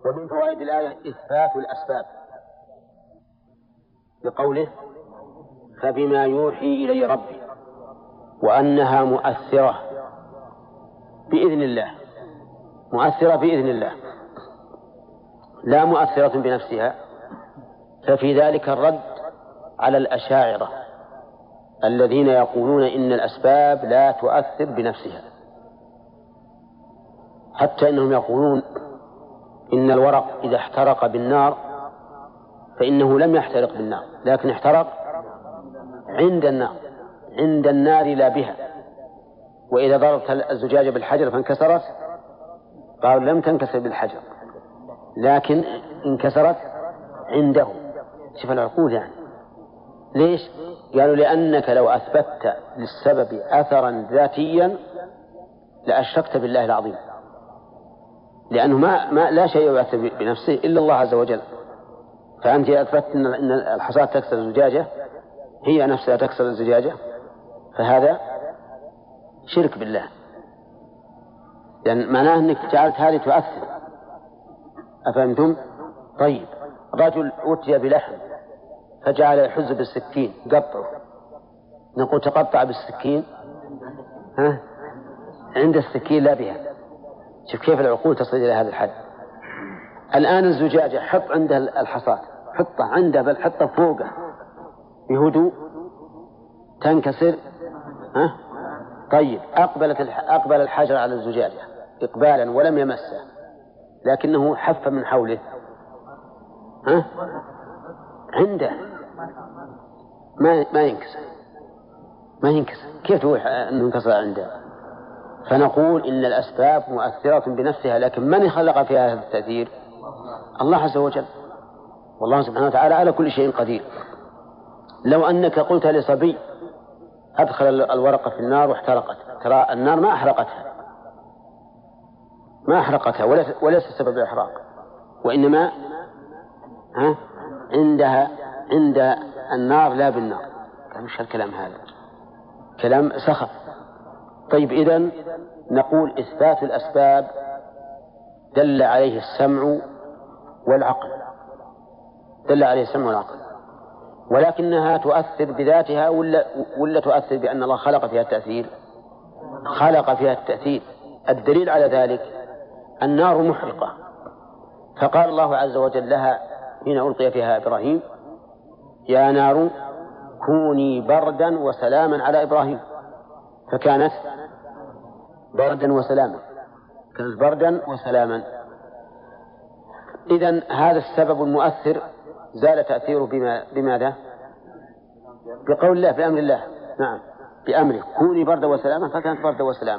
ومن فوائد الآية إثبات الأسباب بقوله فبما يوحي إلي ربي وأنها مؤثرة بإذن الله، مؤثرة بإذن الله لا مؤثرة بنفسها. ففي ذلك الرد على الأشاعرة الذين يقولون إن الأسباب لا تؤثر بنفسها، حتى إنهم يقولون إن الورق إذا احترق بالنار فإنه لم يحترق بالنار لكن احترق عند النار، عند النار لا بها. وإذا ضربت الزجاجة بالحجر فانكسرت قالوا لم تنكسر بالحجر لكن انكسرت عنده. شوف العقول يعني. ليش؟ قالوا لأنك لو أثبتت للسبب أثرا ذاتيا لأشركت بالله العظيم، لأنه ما لا شيء يؤثر بنفسه إلا الله عز وجل. فأنت أثبتت أن الحصاة تكسر الزجاجة هي نفسها تكسر الزجاجة، فهذا شرك بالله، لأن يعني معناه أنك جعلت هذه تؤثر. أفهمتم؟ طيب، رجل أتي بلحم فجعل يحز بالسكين قطعه، نقول تقطع بالسكين عند السكين لا بها. شوف كيف العقول تصل إلى هذا الحد. الآن الزجاجة حط عندها الحصاة، حطه عنده بل حطه فوقه بهدوء تنكسر. طيب، أقبل الحجر على الزجاجة إقبالا ولم يمسه لكنه حف من حوله عنده ما ينكسر. كيف تقول أنه انكسر عنده؟ فنقول إن الأسباب مؤثرة بنفسها، لكن من خلق فيها هذا التأثير؟ الله عز وجل، والله سبحانه وتعالى على كل شيء قدير. لو أنك قلت لصبي أدخل الورقة في النار واحترقت، ترى النار ما أحرقتها وليس سبب الإحراق، وإنما عند النار لا بالنار. مش هالكلام هذا، كلام سخف. طيب، إذن نقول إثبات الأسباب دل عليه السمع والعقل، ولكنها تؤثر بذاتها ولا تؤثر بأن الله خلق فيها التأثير؟ خلق فيها التأثير. الدليل على ذلك النار محرقة، فقال الله عز وجل لها حين ألقي فيها إبراهيم يا نار كوني بردا وسلاما على إبراهيم، فكانت بردا وسلاما. إذن هذا السبب المؤثر زال تأثيره بماذا؟ بقول الله، بأمر الله. نعم، بأمره كوني بردا وسلاما، فكانت بردا وسلاما.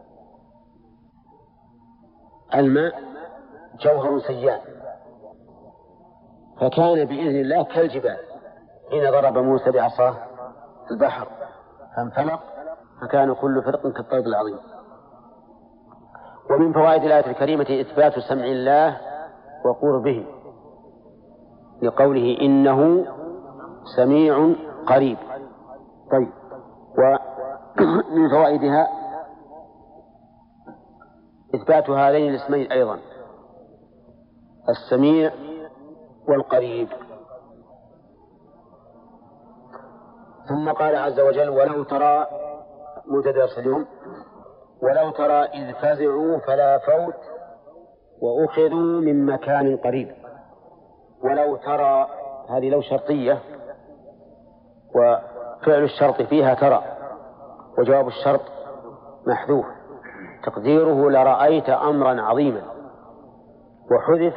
الماء جوهر سيال، فكان بإذن الله كالجبال حين ضرب موسى بعصاه البحر فانفلق فكان كل فرق كالطود العظيم. ومن فوائد الآية الكريمة إثبات سمع الله وقربه لقوله إنه سميع قريب. طيب، ومن فوائدها إثبات هذين الاسمين أيضا، السميع والقريب. ثم قال عز وجل ولو ترى متدرس اليوم ولو ترى إذ فزعوا فلا فوت وأخذوا من مكان قريب. ولو ترى هذه لو شرطية، وفعل الشرط فيها ترى، وجواب الشرط محذوف تقديره لرأيت أمرا عظيما، وحذف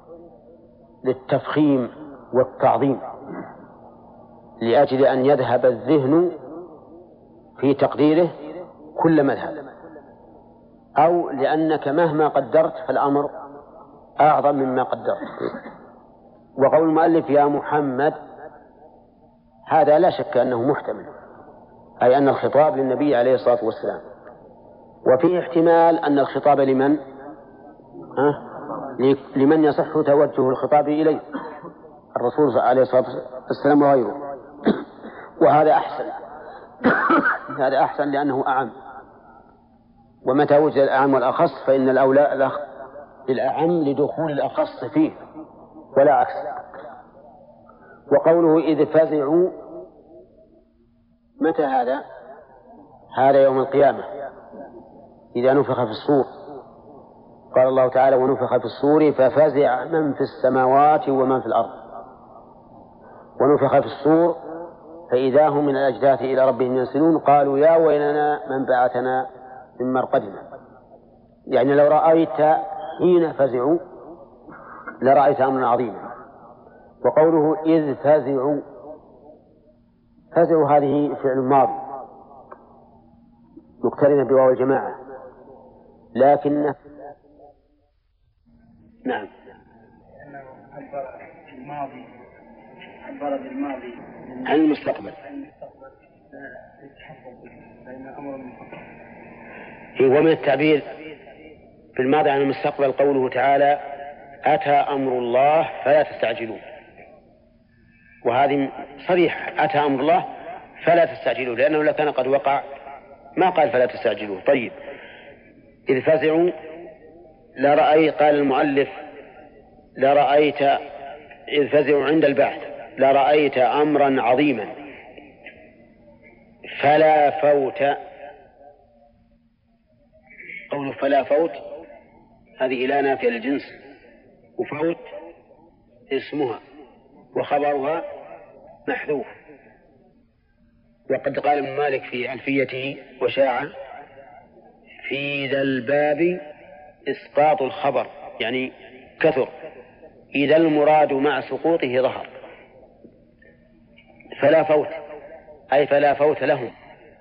للتفخيم والتعظيم لأجل أن يذهب الذهن في تقديره كل مذهب، أو لأنك مهما قدرت فالأمر أعظم مما قدرت. وقول المؤلف يا محمد هذا لا شك أنه محتمل، أي أن الخطاب للنبي عليه الصلاة والسلام، وفيه احتمال أن الخطاب لمن يصح توجه الخطاب إليه، الرسول عليه الصلاة والسلام وغيره. وهذا أحسن هذا أحسن لأنه أعم، ومتى وجد الأعم والأخص فإن الأولى بالأعم لدخول الأخص فيه ولا عكس. وقوله إذ فزعوا، متى هذا؟ هذا يوم القيامة إذا نفخ في الصور. قال الله تعالى ونفخ في الصور ففزع من في السماوات ومن في الأرض. ونفخ في الصور فإذا هم من الأجداث إلى ربهم ينسلون قالوا يا ويلنا من بعثنا من مرقدنا. يعني لو رأيت حين فزعوا لرأيت أمرا عظيما. وقوله إذ فزعوا، فزعوا هذه فعل ماضي مقترنة بواو الجماعة، لكن نعم عبر بالماضي عن المستقبل. ومن التعبير في الماضي عن المستقبل قوله تعالى أتى أمر الله فلا تستعجلوه، وهذه صريح أتى أمر الله فلا تستعجلوه، لأنه لكان قد وقع ما قال فلا تستعجلوه. طيب إذ فزعوا لرأي، قال المؤلف لرأيت إذ فزعوا عند البعث لرأيت أمرا عظيما فلا فوت. قوله فلا فوت هذه إلى نافية للجنس، وفوت اسمها وخبرها محذوف. وقد قال ابن مالك في ألفيته وشاع في ذا الباب إسقاط الخبر، يعني كثر إذا المراد مع سقوطه ظهر. فلا فوت أي فلا فوت لهم،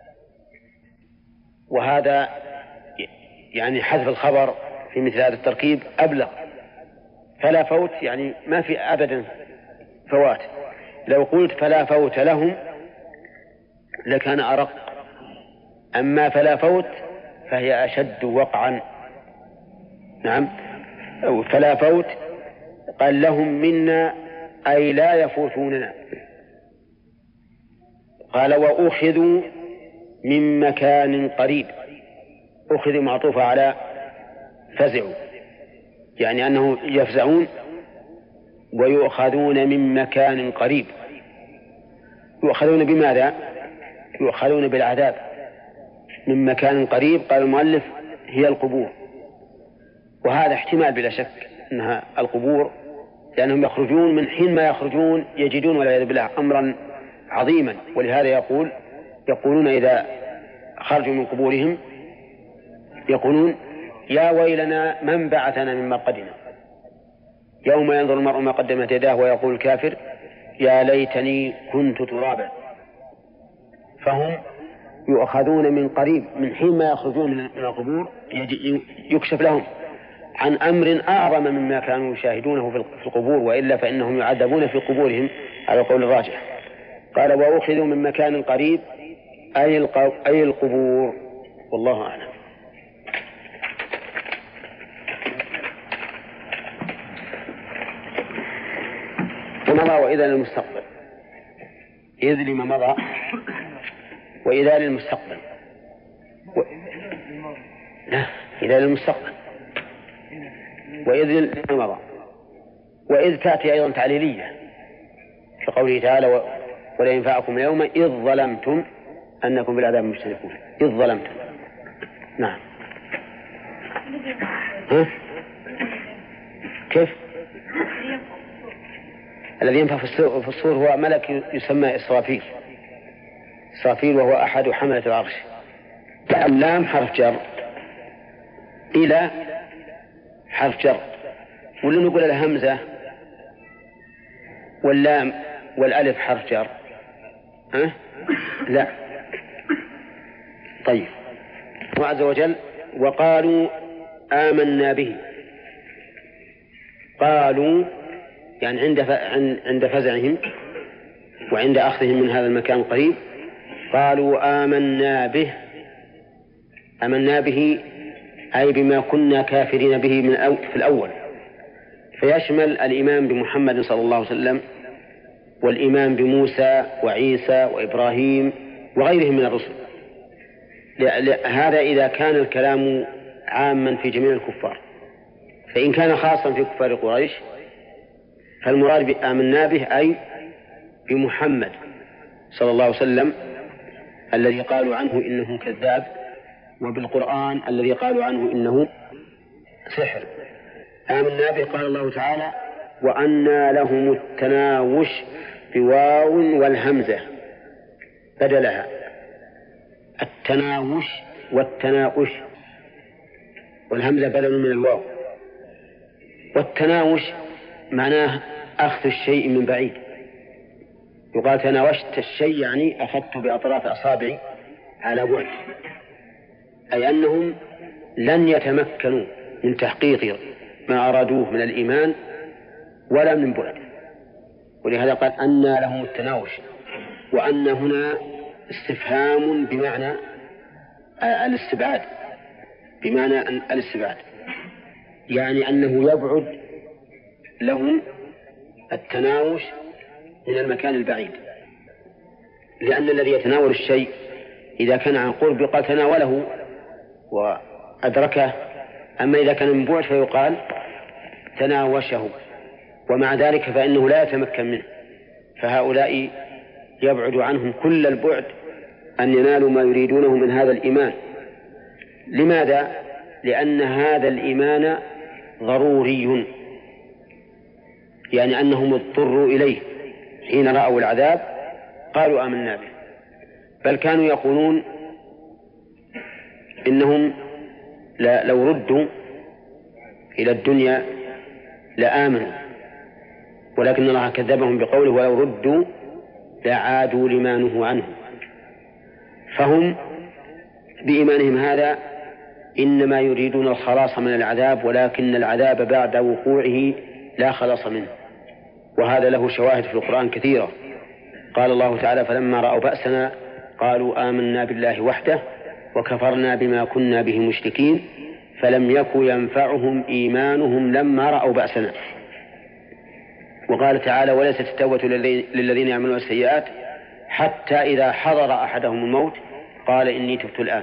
وهذا يعني حذف الخبر في مثل هذا التركيب أبلغ. فلا فوت يعني ما في أبدا فوات. لو قلت فلا فوت لهم لكان أرق، أما فلا فوت فهي أشد وقعا. نعم فلا فوت قال لهم منا أي لا يفوتوننا. قال وأخذوا من مكان قريب، أخذوا معطوفة على فزعوا، يعني أنه يفزعون ويؤخذون من مكان قريب. يؤخذون بماذا؟ يؤخذون بالعذاب من مكان قريب. قال المؤلف هي القبور، وهذا احتمال بلا شك أنها القبور، لأنهم يخرجون من حين ما يخرجون يجدون والعياذ بالله أمرا عظيما. ولهذا يقولون إذا خرجوا من قبورهم يقولون يا ويلنا من بعثنا من مرقدنا، يوم ينظر المرء ما قدمت يداه ويقول الكافر يا ليتني كنت ترابا. فهم يؤخذون من قريب من حين ما يخرجون من القبور يكشف لهم عن أمر أعظم مما كانوا يشاهدونه في القبور، وإلا فإنهم يعذبون في قبورهم على القول الراجح. قال وأخذوا من مكان قريب أي القبور، والله أعلم. ومضى وإذا للمستقبل، إذ لما مضى وإذا للمستقبل لا إذا للمستقبل وإذ لما مضى. وإذ تأتي أيضا تعليلية في قوله تعالى ولا ينفعكم اليوم إذ ظلمتم أنكم بالعذاب مشتركون. إذ ظلمتم. نعم كيف؟ الذي ينفع في الصور هو ملك يسمى إسرافيل. إسرافيل وهو أحد حملة العرش. اللام حرف جر، إلى حرف جر، ولا نقول الهمزة واللام والألف حرف جر؟ لا. طيب الله عز وجل وقالوا آمنا به. قالوا يعني عند فزعهم وعند أخذهم من هذا المكان قريب قالوا آمنا به. آمنا به أي بما كنا كافرين به في الأول، فيشمل الإيمان بمحمد صلى الله عليه وسلم والإيمان بموسى وعيسى وإبراهيم وغيرهم من الرسل. هذا إذا كان الكلام عاما في جميع الكفار. فإن كان خاصا في كفار قريش فالمراد آمنا به أي بمحمد صلى الله عليه وسلم الذي قالوا عنه إنه كذاب، وبالقرآن الذي قالوا عنه إنه سحر. آمنا به قال الله تعالى وأنى لهم التناوش بواو والهمزة بدلها، التناوش والتناؤش، والهمزة بدل من الواو. والتناوش معناه أخذ الشيء من بعيد، يقال تناوشت الشيء يعني أخذت بأطراف أصابعي على بعد، أي أنهم لن يتمكنوا من تحقيق ما أرادوه من الإيمان ولا من بعد. ولهذا قال أنى لهم التناوش، وأن هنا استفهام بمعنى الاستبعاد، بمعنى الاستبعاد، يعني أنه يبعد لهم التناوش من المكان البعيد، لأن الذي يتناول الشيء إذا كان عن قرب يقال تناوله وأدركه، أما إذا كان من بعد فيقال تناوشه، ومع ذلك فإنه لا يتمكن منه. فهؤلاء يبعد عنهم كل البعد أن ينالوا ما يريدونه من هذا الإيمان. لماذا؟ لأن هذا الإيمان ضروري، يعني أنهم اضطروا إليه حين رأوا العذاب قالوا آمنا به، بل كانوا يقولون إنهم لو ردوا إلى الدنيا لآمنوا، ولكن الله كذبهم بقوله ولو ردوا لعادوا لما نهوا عنه. فهم بإيمانهم هذا إنما يريدون الخلاص من العذاب، ولكن العذاب بعد وقوعه لا خلاص منه، وهذا له شواهد في القرآن كثيرة. قال الله تعالى فلما رأوا بأسنا قالوا آمنا بالله وحده وكفرنا بما كنا به مشركين فلم يكن ينفعهم إيمانهم لما رأوا بأسنا. وقال تعالى وليست التوبة للذين يعملون السيئات حتى إذا حضر أحدهم الموت قال إني تبت الآن.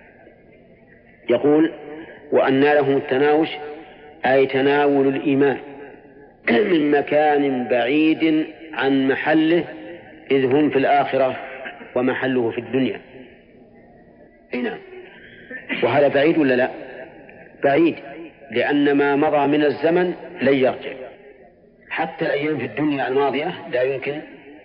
يقول وأنى لهم التناوش أي تناول الإيمان من مكان بعيد عن محله، إذ هم في الآخرة ومحله في الدنيا. نعم، وهذا بعيد ولا لا؟ بعيد، لأن ما مضى من الزمن لن يرجع، حتى الأيام في الدنيا الماضية لا يمكن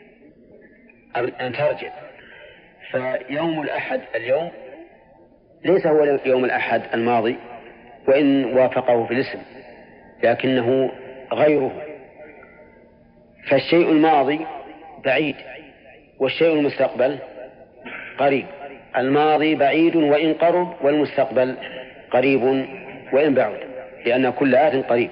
أن ترجع. فيوم الأحد اليوم ليس هو يوم الأحد الماضي وإن وافقه في الاسم، لكنه غيره. فالشيء الماضي بعيد والشيء المستقبل قريب، الماضي بعيد وإن قرب، والمستقبل قريب وإن بعد، لأن كل آت قريب.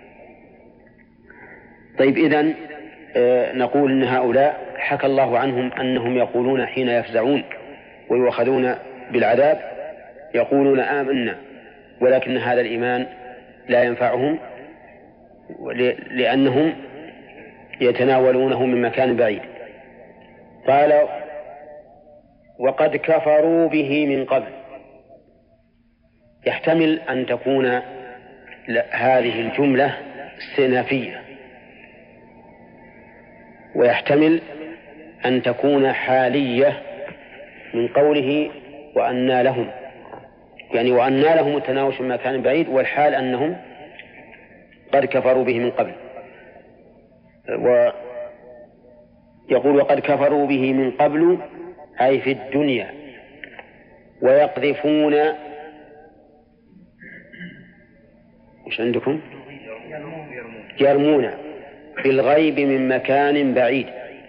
طيب، إذن نقول إن هؤلاء حكى الله عنهم أنهم يقولون حين يفزعون ويؤخذون بالعذاب يقولون آمنا، ولكن هذا الإيمان لا ينفعهم لأنهم يتناولونه من مكان بعيد. قال وقد كفروا به من قبل. يحتمل أن تكون هذه الجملة استئنافية، ويحتمل أن تكون حالية من قوله وأنى لهم، يعني وأنى لهم التناوش من مكان بعيد، والحال أنهم قد كفروا به من قبل. ويقول وقد كفروا به من قبل أي في الدنيا، ويقذفون وش عندكم؟ يرمون بالغيب من مكان بعيد.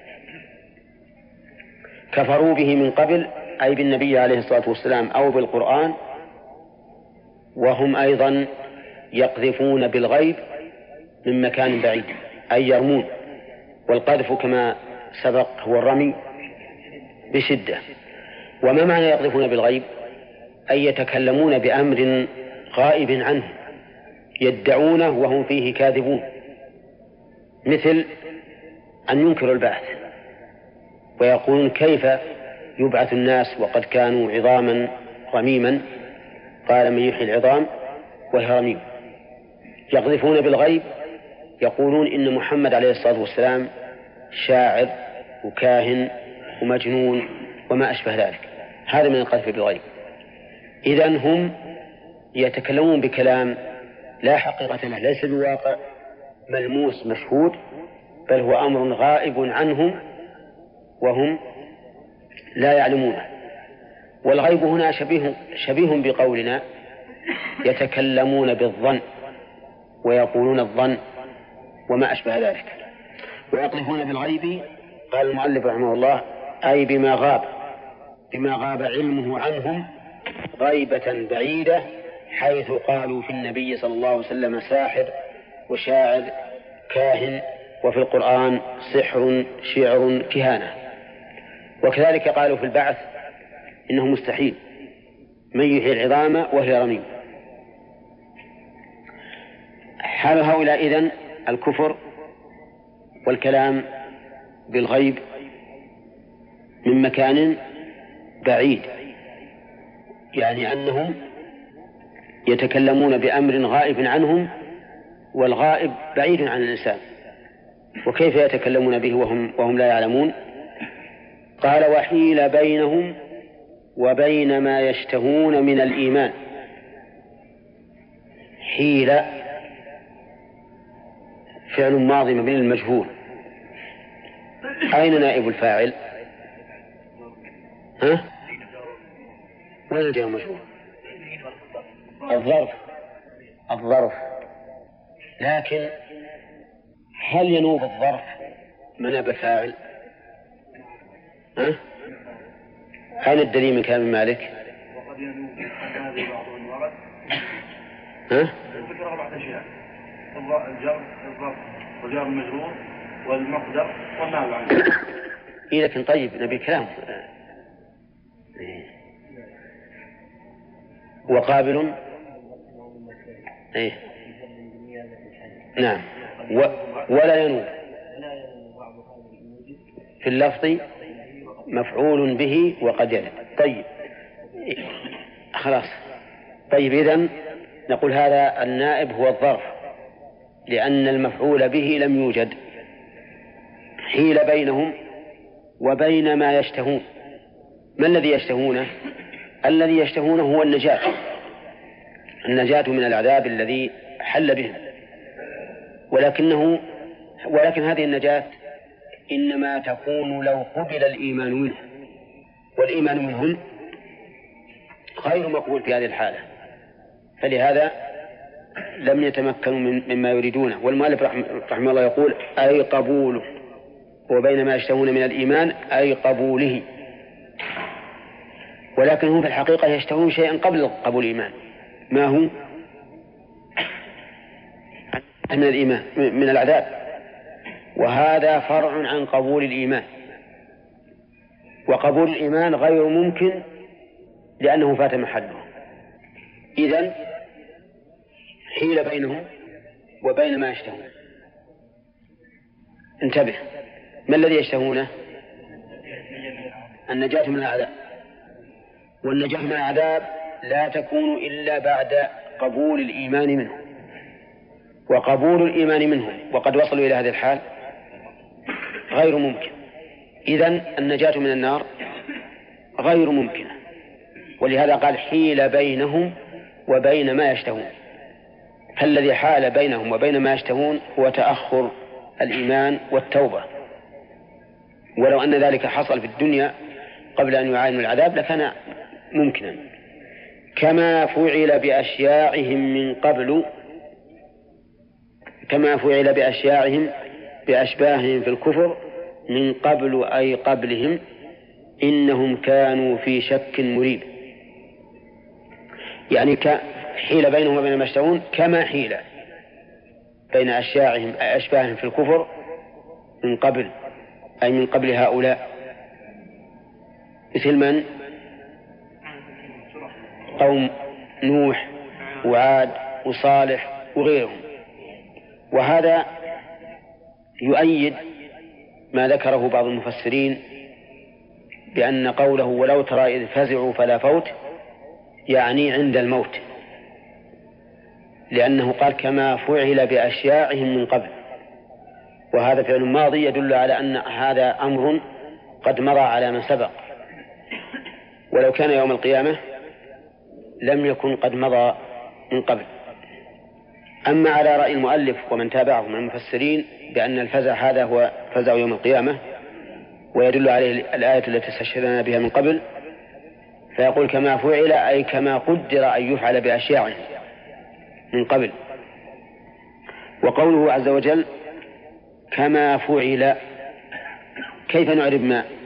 كفروا به من قبل أي بالنبي عليه الصلاة والسلام أو بالقرآن، وهم أيضا يقذفون بالغيب من مكان بعيد أي يرمون. والقذف كما سبق هو الرمي بشدة. وما معنى يقذفون بالغيب؟ أي يتكلمون بأمر غائب عنه يدعونه وهم فيه كاذبون، مثل أن ينكروا البعث ويقولون كيف يبعث الناس وقد كانوا عظاما رميما، قال من يحيي العظام وهي رميم. يقذفون بالغيب، يقولون إن محمد عليه الصلاة والسلام شاعر وكاهن ومجنون وما أشبه ذلك، هذا من القذف بالغيب. إذن هم يتكلمون بكلام لا حقيقة له، ليس بواقع ملموس مشهود، بل هو أمر غائب عنهم وهم لا يعلمونه. والغيب هنا شبيه بقولنا يتكلمون بالظن ويقولون الظن وما أشبه ذلك. ويقذفون بالغيب، قال المؤلف رحمه الله، أي بما غاب علمه عنهم غيبة بعيدة، حيث قالوا في النبي صلى الله عليه وسلم ساحر وشاعر كاهن، وفي القرآن سحر شعر كهانة. وكذلك قالوا في البعث إنه مستحيل، من يحيي العظام وهي رميم. حال هؤلاء إذن الكفر والكلام بالغيب من مكان بعيد، يعني أنهم يتكلمون بأمر غائب عنهم، والغائب بعيد عن الإنسان، وكيف يتكلمون به وهم لا يعلمون؟ قال وحيل بينهم وبين ما يشتهون من الإيمان. حيل فعل ماضي مبني للمجهول، أين نائب الفاعل؟ وين الجار المجهول؟ الظرف. لكن هل ينوب الظرف مناب الفاعل؟ أين الدليل من كلام مالك؟ وقد ينوب هذا بعض الورد. ذكر 4 أشياء: الجر، الظرف، وجار المجرور، والمقدر، والنائب عنه. لكن طيب نبي كلام. وقابل نعم. ولا ينوب في اللفظ مفعول به وقد يرد. طيب خلاص. طيب إذن نقول هذا النائب هو الظرف، لأن المفعول به لم يوجد. حيل بينهم وبين ما يشتهون. ما الذي يشتهونه؟ الذي يشتهونه هو النجاة من العذاب الذي حل بهم، ولكن هذه النجاة إنما تكون لو قبل الإيمان منه، والإيمان منهم غير مقبول في هذه الحالة، فلهذا لم يتمكنوا مما يريدونه. والمؤلف رحمه الله يقول أي قبوله، وبين ما يشتهون من الإيمان أي قبوله، ولكن هم في الحقيقة يشتهون شيئا قبل قبول الإيمان. ما هو؟ من الإيمان، من العذاب، وهذا فرع عن قبول الإيمان، وقبول الإيمان غير ممكن لأنه فات محله. إذن حيل بينهم وبين ما يشتهون. انتبه، ما الذي يشتهونه؟ النجاة من العذاب، والنجاة من العذاب لا تكون إلا بعد قبول الإيمان منه، وقبول الإيمان منهم وقد وصلوا إلى هذه الحال غير ممكن. إذن النجاة من النار غير ممكنة، ولهذا قال حيل بينهم وبين ما يشتهون. فالذي حال بينهم وبين ما يشتهون هو تأخر الإيمان والتوبة، ولو أن ذلك حصل في الدنيا قبل أن يعاينوا العذاب لكان ممكنا، كما فعل بأشياعهم من قبل، كما فعل بأشياعهم بأشباههم في الكفر من قبل أي قبلهم، إنهم كانوا في شك مريب. يعني حيل بينهم وبين ما يشتهون كما حيل بين أشباههم في الكفر من قبل، أي من قبل هؤلاء، مثل من؟ قوم نوح وعاد وصالح وغيرهم. وهذا يؤيد ما ذكره بعض المفسرين بأن قوله ولو ترى إذ فزعوا فلا فوت يعني عند الموت، لأنه قال كما فعل بأشياعهم من قبل، وهذا فعل ماضي يدل على أن هذا أمر قد مضى على من سبق، ولو كان يوم القيامة لم يكن قد مضى من قبل. أما على رأي المؤلف ومن تابعه من المفسرين بأن الفزع هذا هو فزع يوم القيامة ويدل عليه الآية التي استشهدنا بها من قبل، فيقول كما فعل أي كما قدر أن يفعل بأشياعهم من قبل. وقوله عز وجل كما فعل، كيف نعرب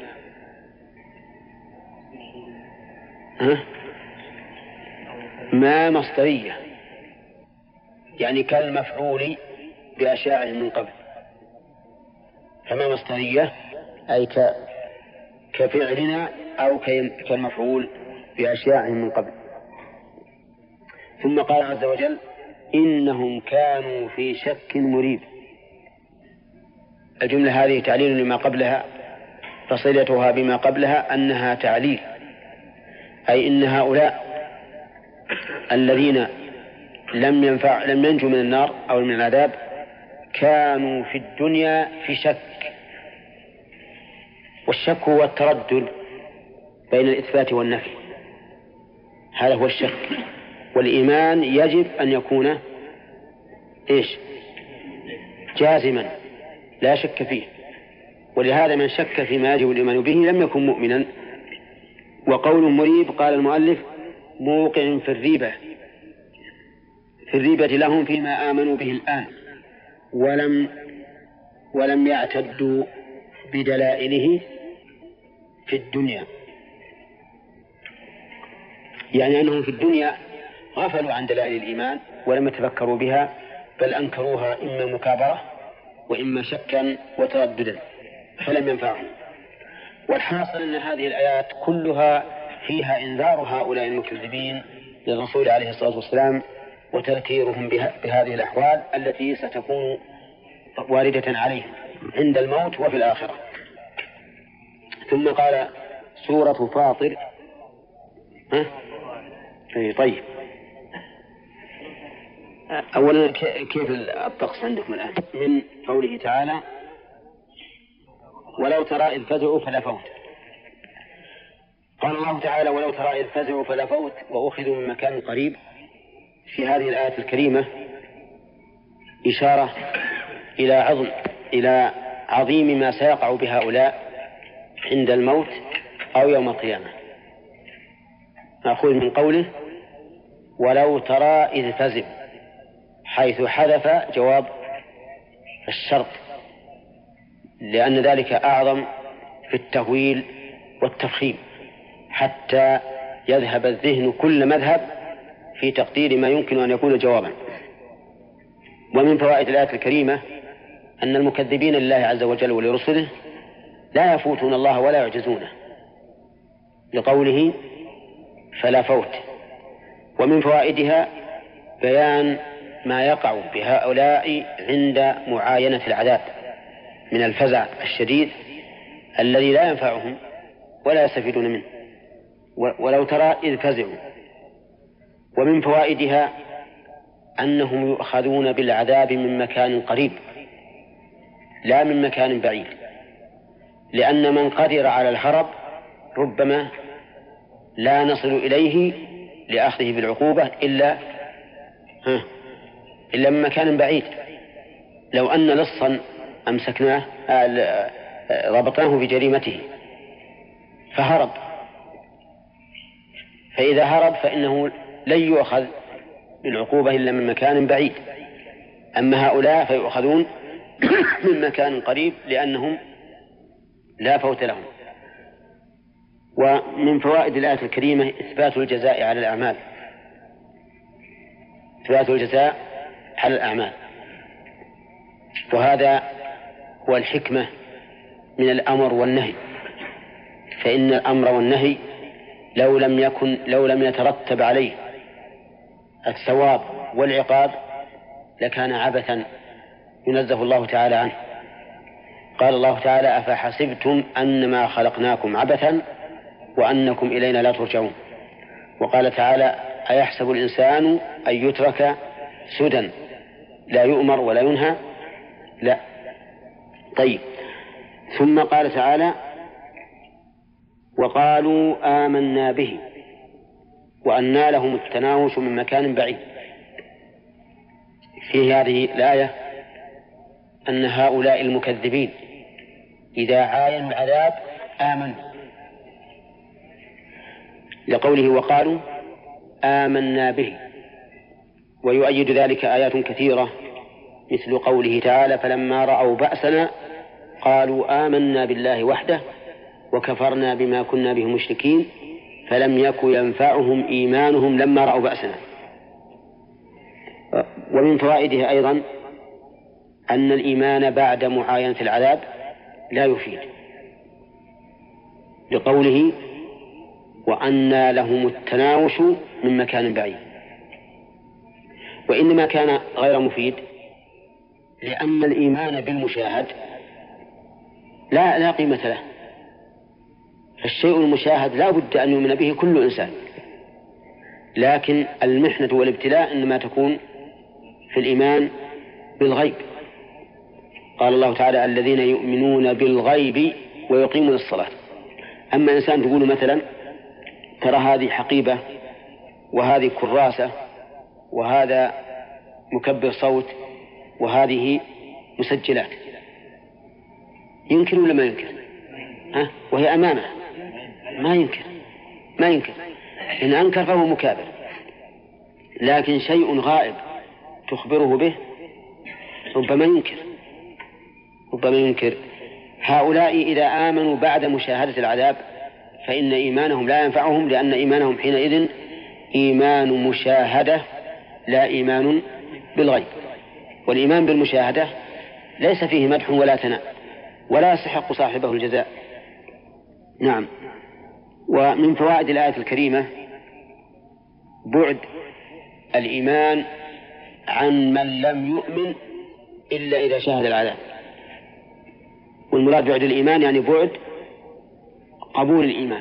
ما مصدرية، يعني كالمفعول بأشياعهم من قبل، فما مصدرية أي كفعلنا أو كالمفعول بأشياعهم من قبل. ثم قال عز وجل إنهم كانوا في شك مريب. الجملة هذه تعليل لما قبلها، فصلتها بما قبلها أنها تعليل، أي إن هؤلاء الذين لم ينجوا من النار أو من العذاب كانوا في الدنيا في شك، والشك هو التردد بين الإثبات والنفي، هذا هو الشك. والإيمان يجب أن يكون جازما لا شك فيه، ولهذا من شك فيما يجب الإيمان به لم يكن مؤمنا. وقول مريب قال المؤلف موقع في الريبة لهم فيما آمنوا به الآن ولم يعتدوا بدلائله في الدنيا، يعني أنهم في الدنيا غفلوا عن دلائل الإيمان ولم يتفكروا بها، بل أنكروها إما مكابرة وإما شكا وترددا فلم ينفعهم. والحاصل أن هذه الآيات كلها فيها إنذار هؤلاء المكذبين للرسول عليه الصلاة والسلام وتذكيرهم بهذه الأحوال التي ستكون واردة عليهم عند الموت وفي الآخرة. ثم قال سورة فاطر. طيب، أولا كيف الطقس عندكم الآن من قوله تعالى ولو ترى إذ فزعوا فلا فوت؟ قال الله تعالى ولو ترى إذ فزعوا فلا فوت وأخذوا من مكان قريب. في هذه الآية الكريمة إشارة إلى عظيم ما سيقع بهؤلاء عند الموت أو يوم القيامة. نأخذ من قوله ولو ترى إذ فزعوا، حيث حذف جواب الشرط، لأن ذلك أعظم في التهويل والتفخيم حتى يذهب الذهن كل مذهب في تقدير ما يمكن أن يكون جوابا. ومن فوائد الآية الكريمة أن المكذبين لله عز وجل ولرسله لا يفوتون الله ولا يعجزونه لقوله فلا فوت. ومن فوائدها بيان ما يقع بهؤلاء عند معاينة العذاب من الفزع الشديد الذي لا ينفعهم ولا يستفيدون منه. ولو ترى إذ فزعوا. ومن فوائدها أنهم يؤخذون بالعذاب من مكان قريب لا من مكان بعيد، لأن من قدر على الهرب ربما لا نصل إليه لأخذه بالعقوبة إلا من مكان بعيد. لو أن لصا أمسكناه ربطناه بجريمته فهرب، فإذا هرب فإنه لن يؤخذ بالعقوبة إلا من مكان بعيد. أما هؤلاء فيؤخذون من مكان قريب لأنهم لا فوت لهم. ومن فوائد الآية الكريمة إثبات الجزاء على الأعمال، إثبات الجزاء على الأعمال، وهذا هو الحكمة من الأمر والنهي. فإن الأمر والنهي لو لم يترتب عليه الثواب والعقاب لكان عبثا ينزه الله تعالى عنه. قال الله تعالى أفحسبتم أنما خلقناكم عبثا وأنكم إلينا لا ترجعون. وقال تعالى أيحسب الإنسان أن يترك سدى لا يؤمر ولا ينهى؟ لا. طيب، ثم قال تعالى: وقالوا آمنا به وأنى لهم التناوش من مكان بعيد. في هذه الآية أن هؤلاء المكذبين إذا عاينوا العذاب آمنوا، لقوله وقالوا آمنا به. ويؤيد ذلك آيات كثيرة مثل قوله تعالى: فلما رأوا بأسنا قالوا آمنا بالله وحده وكفرنا بما كنا به مشركين فلم يك ينفعهم إيمانهم لما رأوا بأسنا. ومن فوائدها أيضا أن الإيمان بعد معاينة العذاب لا يفيد، لقوله وأنى لهم التناوش من مكان بعيد. وإنما كان غير مفيد لأن الإيمان بالمشاهد لا قيمة له. الشيء المشاهد لا بد أن يؤمن به كل إنسان، لكن المحنة والابتلاء إنما تكون في الإيمان بالغيب. قال الله تعالى: الذين يؤمنون بالغيب ويقيمون الصلاة. أما إنسان تقول مثلا: ترى هذه حقيبة وهذه كراسة وهذا مكبر صوت وهذه مسجلات، ينكر ولا ما ينكر؟ وهي أمامه ما ينكر إن أنكر فهو مكابر. لكن شيء غائب تخبره به ربما ينكر. هؤلاء إذا آمنوا بعد مشاهدة العذاب فإن إيمانهم لا ينفعهم، لأن إيمانهم حينئذ إيمان مشاهدة لا إيمان بالغيب. والإيمان بالمشاهدة ليس فيه مدح ولا ثناء ولا يستحق صاحبه الجزاء. نعم. ومن فوائد الآية الكريمة بعد الإيمان عن من لم يؤمن إلا إذا شاهد العذاب. والمراد بعد الإيمان يعني بعد قبول الإيمان،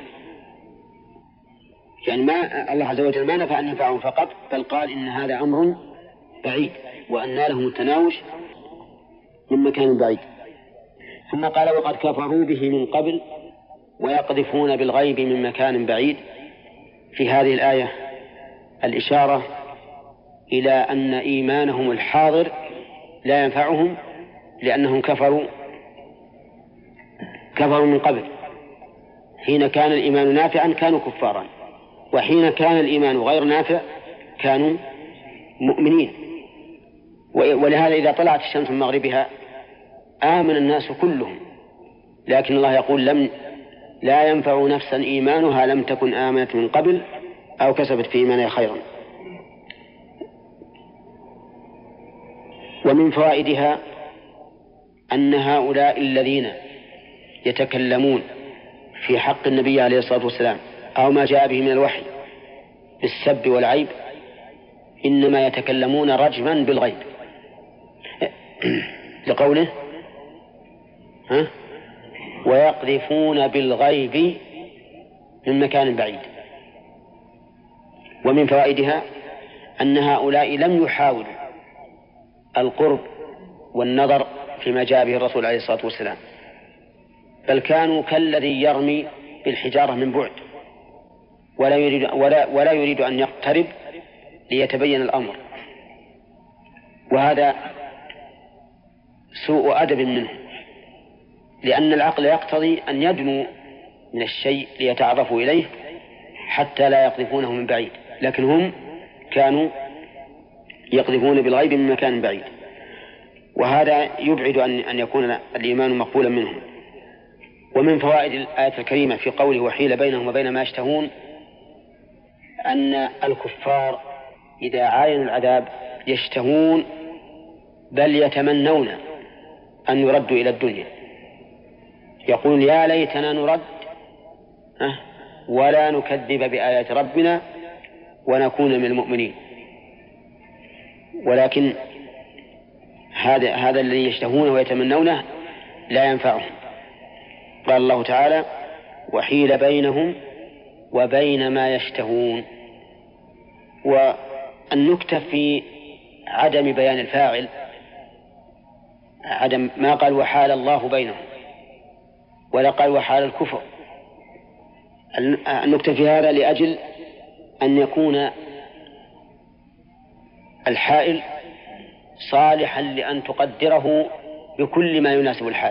يعني ما الله عز وجل ما نفع أن ينفعهم فقط، بل قال إن هذا أمر بعيد وأنى لهم التناوش من مكان بعيد. ثم قال: وقد كفروا به من قبل ويقذفون بالغيب من مكان بعيد. في هذه الآية الإشارة إلى أن إيمانهم الحاضر لا ينفعهم، لأنهم كفروا من قبل. حين كان الإيمان نافعا كانوا كفارا، وحين كان الإيمان غير نافع كانوا مؤمنين. ولهذا إذا طلعت الشمس من مغربها آمن الناس كلهم، لكن الله يقول لا ينفع نفسا إيمانها لم تكن آمنت من قبل أو كسبت في إيمانها خيرا. ومن فوائدها أن هؤلاء الذين يتكلمون في حق النبي عليه الصلاة والسلام أو ما جاء به من الوحي بالسب والعيب إنما يتكلمون رجما بالغيب، لقوله ويقذفون بالغيب من مكان بعيد. ومن فوائدها أن هؤلاء لم يحاولوا القرب والنظر فيما جاء به الرسول عليه الصلاة والسلام، بل كانوا كالذي يرمي بالحجارة من بعد ولا يريد أن يقترب ليتبين الأمر. وهذا سوء أدب منه، لأن العقل يقتضي أن يدنوا من الشيء ليتعرفوا إليه حتى لا يقذفونه من بعيد، لكن هم كانوا يقذفون بالغيب من مكان بعيد، وهذا يبعد أن يكون الإيمان مقبولا منهم. ومن فوائد الآية الكريمة في قوله وحيل بينهم وبين ما يشتهون أن الكفار إذا عاينوا العذاب يشتهون بل يتمنون أن يردوا إلى الدنيا، يقول يا ليتنا نرد ولا نكذب بآيات ربنا ونكون من المؤمنين. ولكن هذا الذي يشتهونه ويتمنونه لا ينفعهم. قال الله تعالى وحيل بينهم وبين ما يشتهون. والنكتة في عدم بيان الفاعل، عدم ما قال وحال الله بينهم، ولا قال وحال الكفر. النكتة في هذا لأجل أن يكون الحائل صالحا لأن تقدره بكل ما يناسب الحال.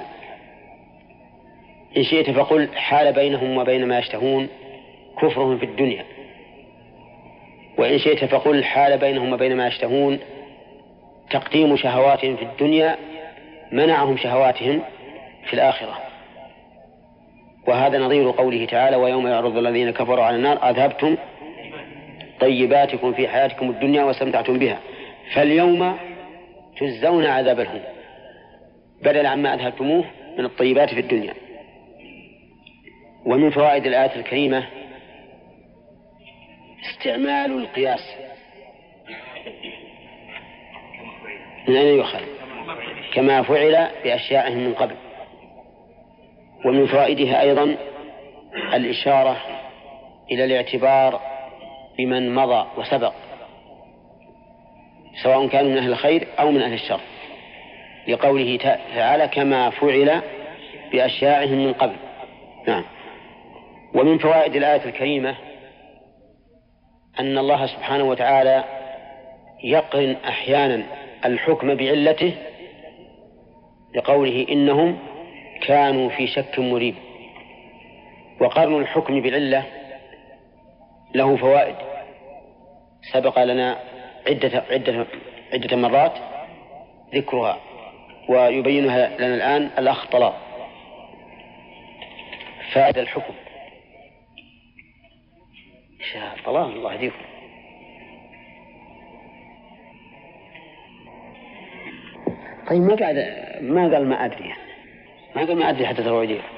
إن شئت فقل حال بينهم وبين ما يشتهون كفرهم في الدنيا، وإن شئت فقل حال بينهم وبين ما يشتهون تقديم شهواتهم في الدنيا منعهم شهواتهم في الآخرة. وهذا نظير قوله تعالى ويوم يعرض الذين كفروا على النار أذهبتم طيباتكم في حياتكم الدنيا واستمتعتم بها فاليوم تجزون عذاب الهون، بدل عما أذهبتموه من الطيبات في الدنيا. ومن فوائد الآية الكريمة استعمال القياس. من أين يؤخذ؟ كما فعل بأشياعهم من قبل. ومن فوائدها أيضا الإشارة إلى الاعتبار بمن مضى وسبق، سواء كانوا من أهل الخير أو من أهل الشر، لقوله تعالى كما فعل بأشياعهم من قبل. نعم. ومن فوائد الآية الكريمة أن الله سبحانه وتعالى يقرن أحيانا الحكم بعلته، لقوله إنهم كانوا في شك مريب. وقرن الحكم بالعلة له فوائد سبق لنا عدة مرات ذكرها، ويبينها لنا الآن الأخ طلال. فائدة الحكم طلال الله يهديكم. طيب ما قال ما أدري حتى تروى يدير.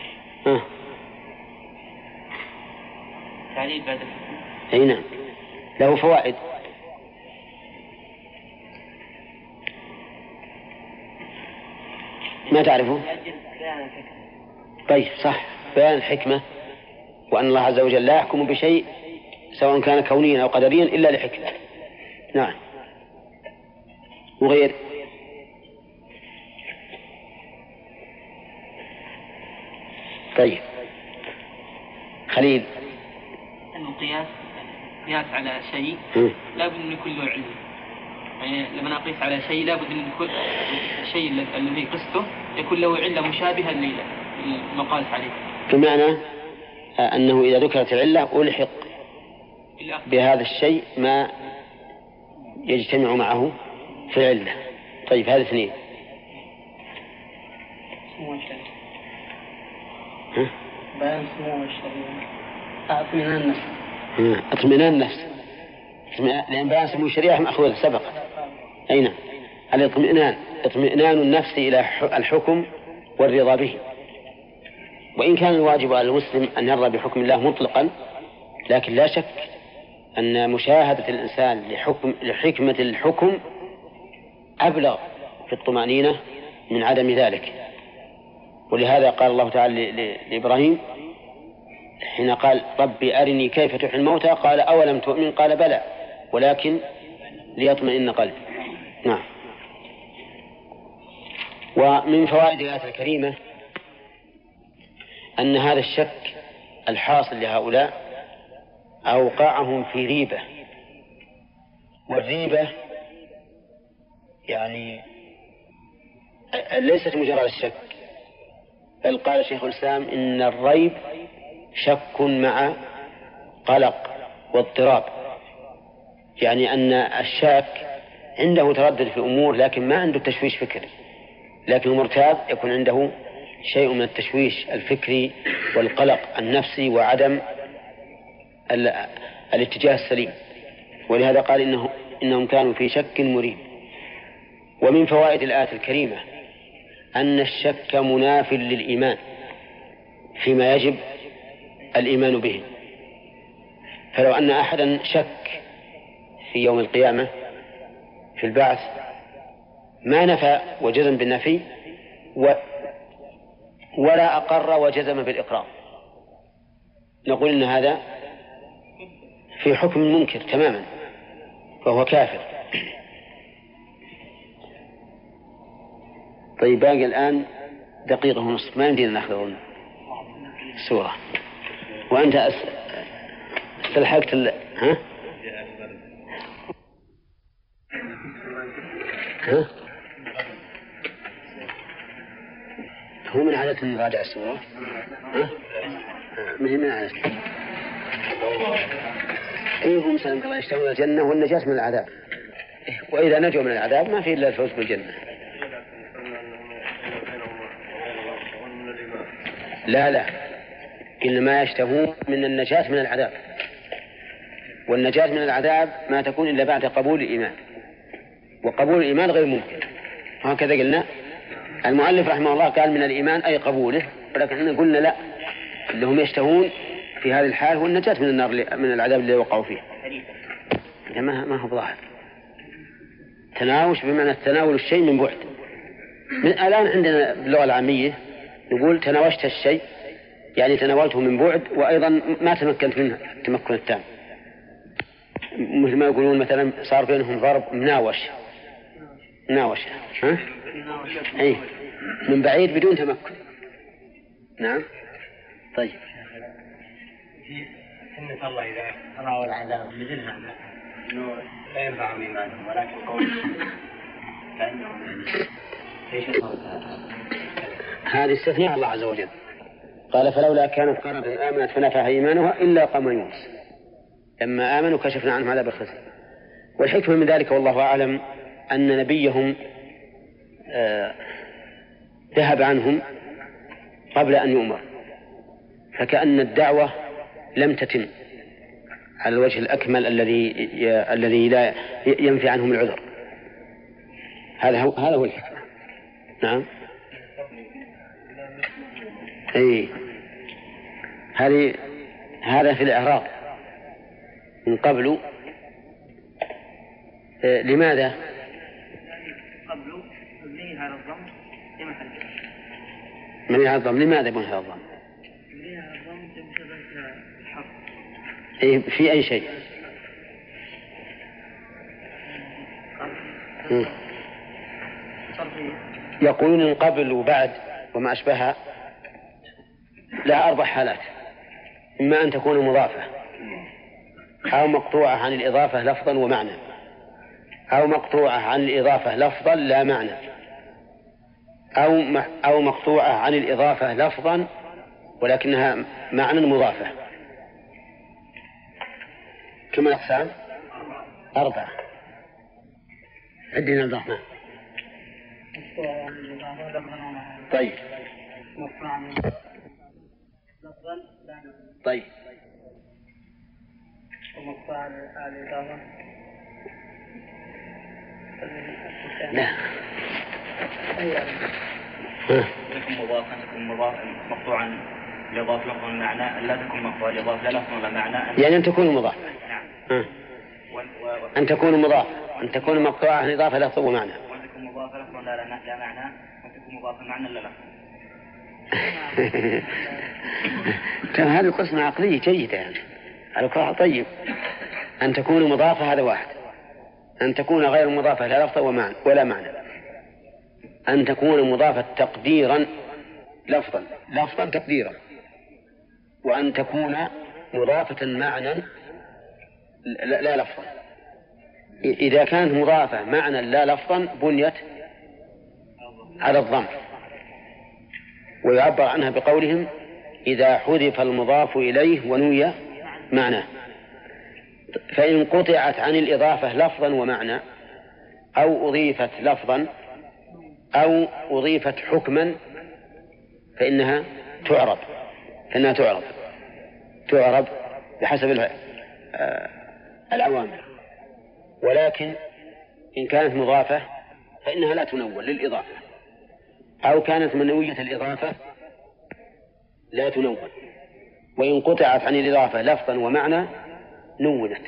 تعليل بعد أي نعم له فوائد. ما تعرفه؟ طيب صح، بيان الحكمة، وأن الله عز وجل لا يحكم بشيء سواء كان كونيا أو قدريا إلا لحكمة. نعم. وغير طيب خليل القياس على شيء لا بد أن يكون له علم. يعني لما أقيس على شيء لا بد أن يكون الشيء الذي قسته يكون له علة مشابهة للمقاس عليه، بمعنى أنه إذا ذكرت العلة ألحق بهذا الشيء ما يجتمع معه في العلة. طيب هذا اثنين. بيان سمو الشريعة اطمئنان النفس لأن بيان سمو الشريعة مأخوذ سبق. أين اطمئنان النفس إلى الحكم والرضا به. وإن كان الواجب على المسلم أن يرضى بحكم الله مطلقا، لكن لا شك أن مشاهدة الإنسان لحكمة الحكم أبلغ في الطمأنينة من عدم ذلك. ولهذا قال الله تعالى لإبراهيم حين قال ربي أرني كيف تحيي الموتى قال أولم تؤمن قال بلى ولكن ليطمئن قلبي. نعم. ومن فوائد الآية الكريمة أن هذا الشك الحاصل لهؤلاء أوقعهم في ريبة، والريبة يعني ليست مجرد الشك، بل قال شيخ الإسلام إن الريب شك مع قلق واضطراب، يعني أن الشاك عنده تردد في أمور لكن ما عنده تشويش فكري، لكن المرتاب يكون عنده شيء من التشويش الفكري والقلق النفسي وعدم الاتجاه السليم. ولهذا قال إنهم كانوا في شك مريب. ومن فوائد الآية الكريمة أن الشك مناف للإيمان فيما يجب الإيمان به. فلو أن أحدا شك في يوم القيامة في البعث ما نفى وجزم بالنفي ولا أقر وجزم بالإقرار، نقول إن هذا في حكم منكر تماما فهو كافر. طيب باقي الآن دقيقة ونصف، ما يمدينا ناخذ السورة، وأنت استلحقت ها؟ ها؟ هو من عادة نراجع السورة؟ ها؟ من عادة. هم سلم الله يشتهون الجنة والنجاة من العذاب، وإذا نجوا من العذاب ما في إلا الفوز بالجنة. لا إنما يشتهون من النجاة من العذاب، والنجاة من العذاب ما تكون إلا بعد قبول الإيمان، وقبول الإيمان غير ممكن، هكذا قلنا. المؤلف رحمه الله قال من الإيمان أي قبوله، ولكن احنا قلنا لا، اللي هم يشتهون في هذه الحال هو النجاة من النار من العذاب اللي وقعوا فيه. ما هو ظاهر تناوش بمعنى تناول الشيء من بعد. من الآن عندنا باللغة العامية نقول تناوشت الشيء، يعني تناولته من بعد، وأيضا ما تمكنت منه التمكن التام، مثل ما يقولون مثلا صار بينهم ضرب مناوش، ها؟ أي من بعيد بدون تمكن. نعم. طيب سنة الله إذا رأوا العذاب مثل هذا إنه لا ينفعهم إيمانهم، ولكن قول كأنهم ايش هذه استثناء الله عز وجل، قال فلولا كانت قرية آمنت فنفعها إيمانها إلا قوم يونس لما آمنوا كشفنا عنهم عذاب الخزي. والحكمة من ذلك والله أعلم أن نبيهم ذهب عنهم قبل أن يؤمر، فكأن الدعوة لم تتم على الوجه الأكمل الذي لا ينفي عنهم العذر. هذا هو الحكمة. نعم. أي هذا في الإعراب من قبل. لماذا؟ قبل مبني على الضم في محل مبني على الضم. لماذا يبني على الضم؟ مبني على الضم بسبب الحرف. في أي شيء؟ يقولون من قبل وبعد وما أشبهها لها 4 حالات: إما أن تكون مضافة، أو مقطوعة عن الإضافة لفظا ومعنى، أو مقطوعة عن الإضافة لفظا لا معنى، أو مقطوعة عن الإضافة لفظا ولكنها معنى مضافة. كم الأقسام؟ 4. عندنا الضحمة. طيب طيب لا تكون مضافا، تكون مقطوعا لإضافة لفظ معنى، لا تكون مقطوعا لإضافة لا لفظ ولا معنى، يعني أن تكون مضافة. نعم. أن تكون مضافة، أن تكون مقطوعة عن إضافة لفظ ومعنى، وأن تكون مضافة لفظ لا معنى، وأن تكون مضافة معنى لا لفظ. هذه قسمة عقلية جيدة يعني. القراءة طيب. أن تكون مضافة هذا واحد، أن تكون غير مضافة لا لفظ ولا معنى، أن تكون مضافة تقديرا لفظا تقديرا، وأن تكون مضافة معنى لا لفظا. إذا كانت مضافة معنى لا لفظا بنيت على الضم، ويعبر عنها بقولهم إذا حذف المضاف إليه ونوي معناه. فإن قطعت عن الإضافة لفظا ومعنى، أو أضيفت لفظا، أو أضيفت حكما، فإنها تعرب بحسب العوامل. ولكن إن كانت مضافة فإنها لا تنون للإضافة، أو كانت منوية الإضافة لا تنون. وإن قطعت عن الإضافة لفظا ومعنى نونت.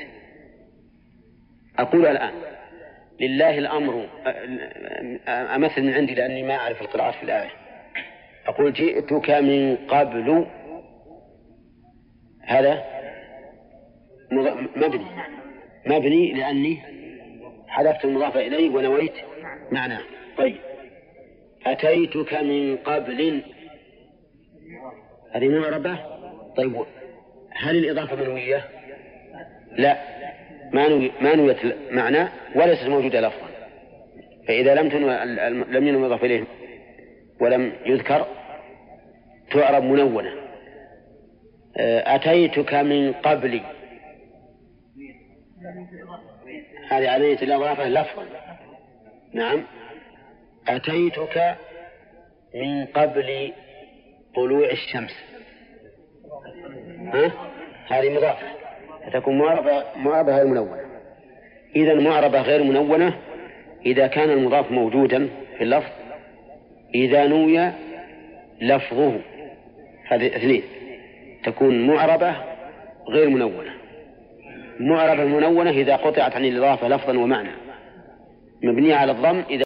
أقول الآن لله الأمر، أمثل من عندي لأني ما أعرف القراءات في الآية. أقول جئتك من قبل، هذا مبني لأني حذفت المضاف إليه ونويت معناه. طيب أتيتك من قبل، هذه معربة. طيب هل الإضافة منوية؟ لا، ما نويت معنى وليست موجودة لفظا، فإذا لم ينوي يضاف إليه ولم يذكر تعرب منونة. أتيتك من قبل، هذه عملية الإضافة لفظا. نعم، أتيتك من قبل طلوع الشمس، هذه مضافة، فتكون معربة غير منونة. إذا معربة غير منونة إذا كان المضاف موجودا في اللفظ، إذا نوي لفظه، هذه اثنين، تكون معربة غير منونة. معربة منونة إذا قطعت عن الإضافة لفظا ومعنى، مبنية على الضم إذا